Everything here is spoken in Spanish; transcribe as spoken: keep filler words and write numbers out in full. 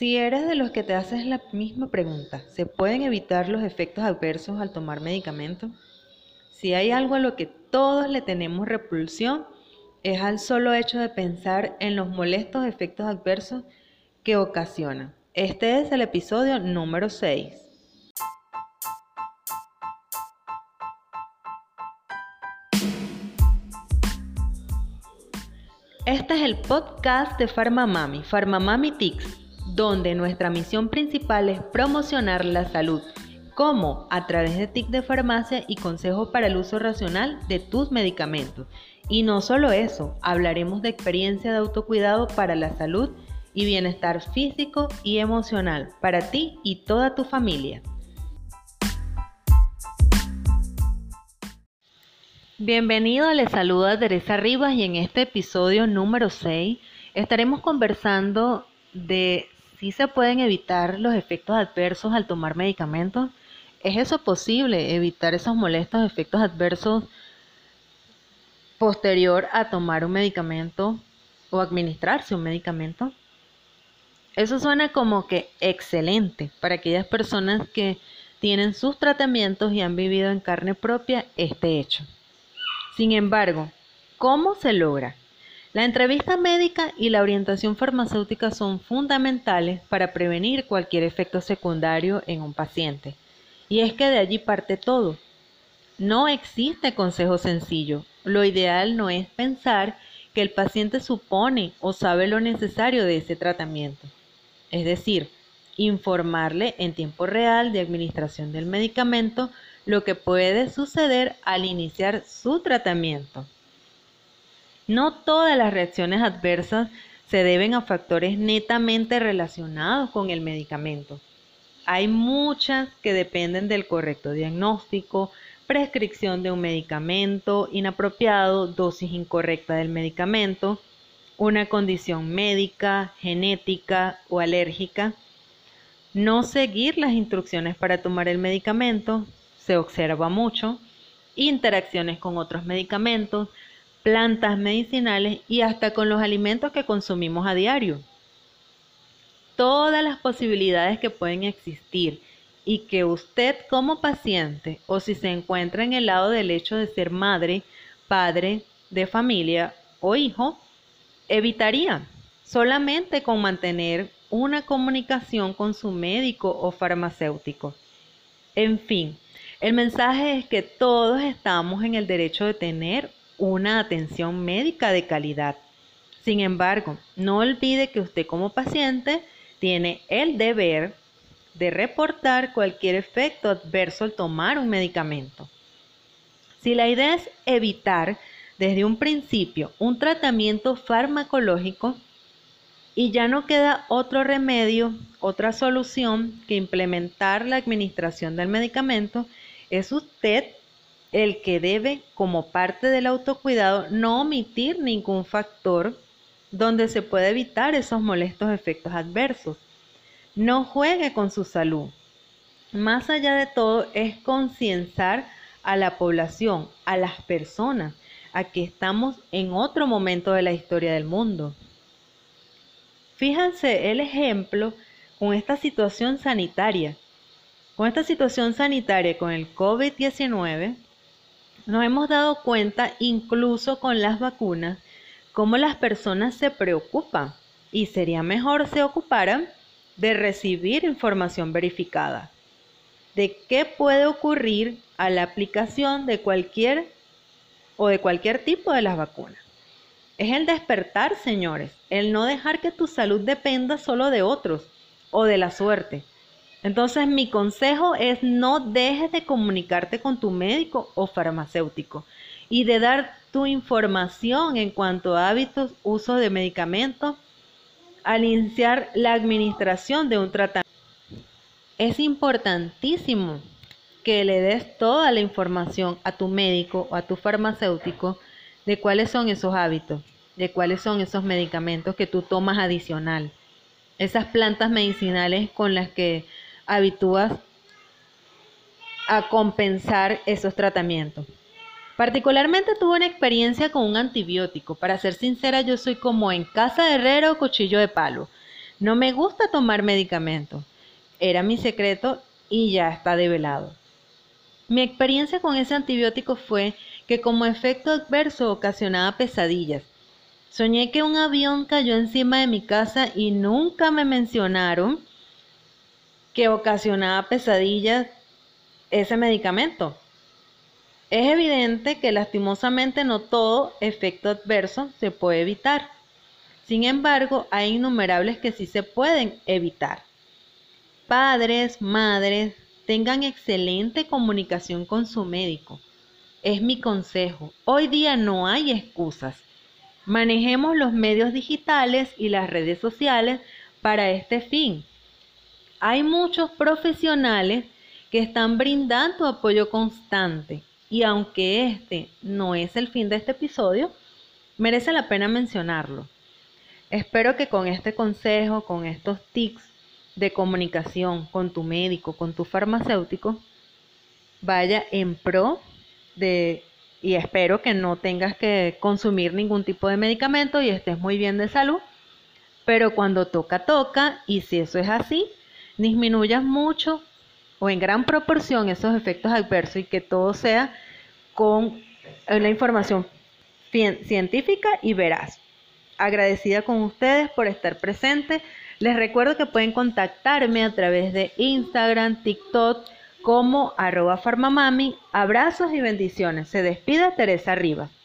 Si eres de los que te haces la misma pregunta, ¿se pueden evitar los efectos adversos al tomar medicamentos? Si hay algo a lo que todos le tenemos repulsión, es al solo hecho de pensar en los molestos efectos adversos que ocasiona. Este es el episodio número seis. Este es el podcast de PharmaMami, PharmaMami Tics, donde nuestra misión principal es promocionar la salud, como a través de tips de farmacia y consejos para el uso racional de tus medicamentos. Y no solo eso, hablaremos de experiencia de autocuidado para la salud y bienestar físico y emocional para ti y toda tu familia. Bienvenido, les saluda Teresa Rivas y en este episodio número seis estaremos conversando de si se pueden evitar los efectos adversos al tomar medicamentos. ¿Es eso posible, evitar esos molestos efectos adversos posterior a tomar un medicamento o administrarse un medicamento? Eso suena como que excelente para aquellas personas que tienen sus tratamientos y han vivido en carne propia este hecho. Sin embargo, ¿cómo se logra? La entrevista médica y la orientación farmacéutica son fundamentales para prevenir cualquier efecto secundario en un paciente. Y es que de allí parte todo. No existe consejo sencillo. Lo ideal no es pensar que el paciente supone o sabe lo necesario de ese tratamiento. Es decir, informarle en tiempo real de administración del medicamento lo que puede suceder al iniciar su tratamiento. No todas las reacciones adversas se deben a factores netamente relacionados con el medicamento. Hay muchas que dependen del correcto diagnóstico, prescripción de un medicamento inapropiado, dosis incorrecta del medicamento, una condición médica, genética o alérgica, no seguir las instrucciones para tomar el medicamento, se observa mucho, interacciones con otros medicamentos, plantas medicinales y hasta con los alimentos que consumimos a diario. Todas las posibilidades que pueden existir y que usted como paciente o si se encuentra en el lado del hecho de ser madre, padre de familia o hijo, evitaría solamente con mantener una comunicación con su médico o farmacéutico. En fin, el mensaje es que todos estamos en el derecho de tener una atención médica de calidad. Sin embargo, no olvide que usted como paciente tiene el deber de reportar cualquier efecto adverso al tomar un medicamento. Si la idea es evitar desde un principio un tratamiento farmacológico y ya no queda otro remedio, otra solución que implementar la administración del medicamento, es usted el que debe, como parte del autocuidado, no omitir ningún factor donde se puede evitar esos molestos efectos adversos. No juegue con su salud. Más allá de todo, es concienciar a la población, a las personas, a que estamos en otro momento de la historia del mundo. Fíjense el ejemplo con esta situación sanitaria. Con esta situación sanitaria, con el COVID diecinueve, nos hemos dado cuenta, incluso con las vacunas, cómo las personas se preocupan y sería mejor se ocuparan de recibir información verificada de qué puede ocurrir a la aplicación de cualquier o de cualquier tipo de las vacunas. Es el despertar, señores, el no dejar que tu salud dependa solo de otros o de la suerte. Entonces, mi consejo es no dejes de comunicarte con tu médico o farmacéutico y de dar tu información en cuanto a hábitos, uso de medicamentos al iniciar la administración de un tratamiento. Es importantísimo que le des toda la información a tu médico o a tu farmacéutico de cuáles son esos hábitos, de cuáles son esos medicamentos que tú tomas adicional, esas plantas medicinales con las que habitúas a compensar esos tratamientos. Particularmente tuve una experiencia con un antibiótico. Para ser sincera, yo soy como en casa de herrero, cuchillo de palo. No me gusta tomar medicamentos. Era mi secreto y ya está develado. Mi experiencia con ese antibiótico fue que como efecto adverso ocasionaba pesadillas. Soñé que un avión cayó encima de mi casa y nunca me mencionaron que ocasionaba pesadillas ese medicamento. Es evidente que lastimosamente no todo efecto adverso se puede evitar. Sin embargo, hay innumerables que sí se pueden evitar. Padres, madres, tengan excelente comunicación con su médico. Es mi consejo. Hoy día no hay excusas. Manejemos los medios digitales y las redes sociales para este fin. Hay muchos profesionales que están brindando apoyo constante y aunque este no es el fin de este episodio, merece la pena mencionarlo. Espero que con este consejo, con estos tips de comunicación con tu médico, con tu farmacéutico, vaya en pro de, y espero que no tengas que consumir ningún tipo de medicamento y estés muy bien de salud, pero cuando toca, toca, y si eso es así, disminuyas mucho o en gran proporción esos efectos adversos y que todo sea con la información científica y veraz. Agradecida con ustedes por estar presentes. Les recuerdo que pueden contactarme a través de Instagram, TikTok como arroba farmamami. Abrazos y bendiciones. Se despide Teresa Rivas.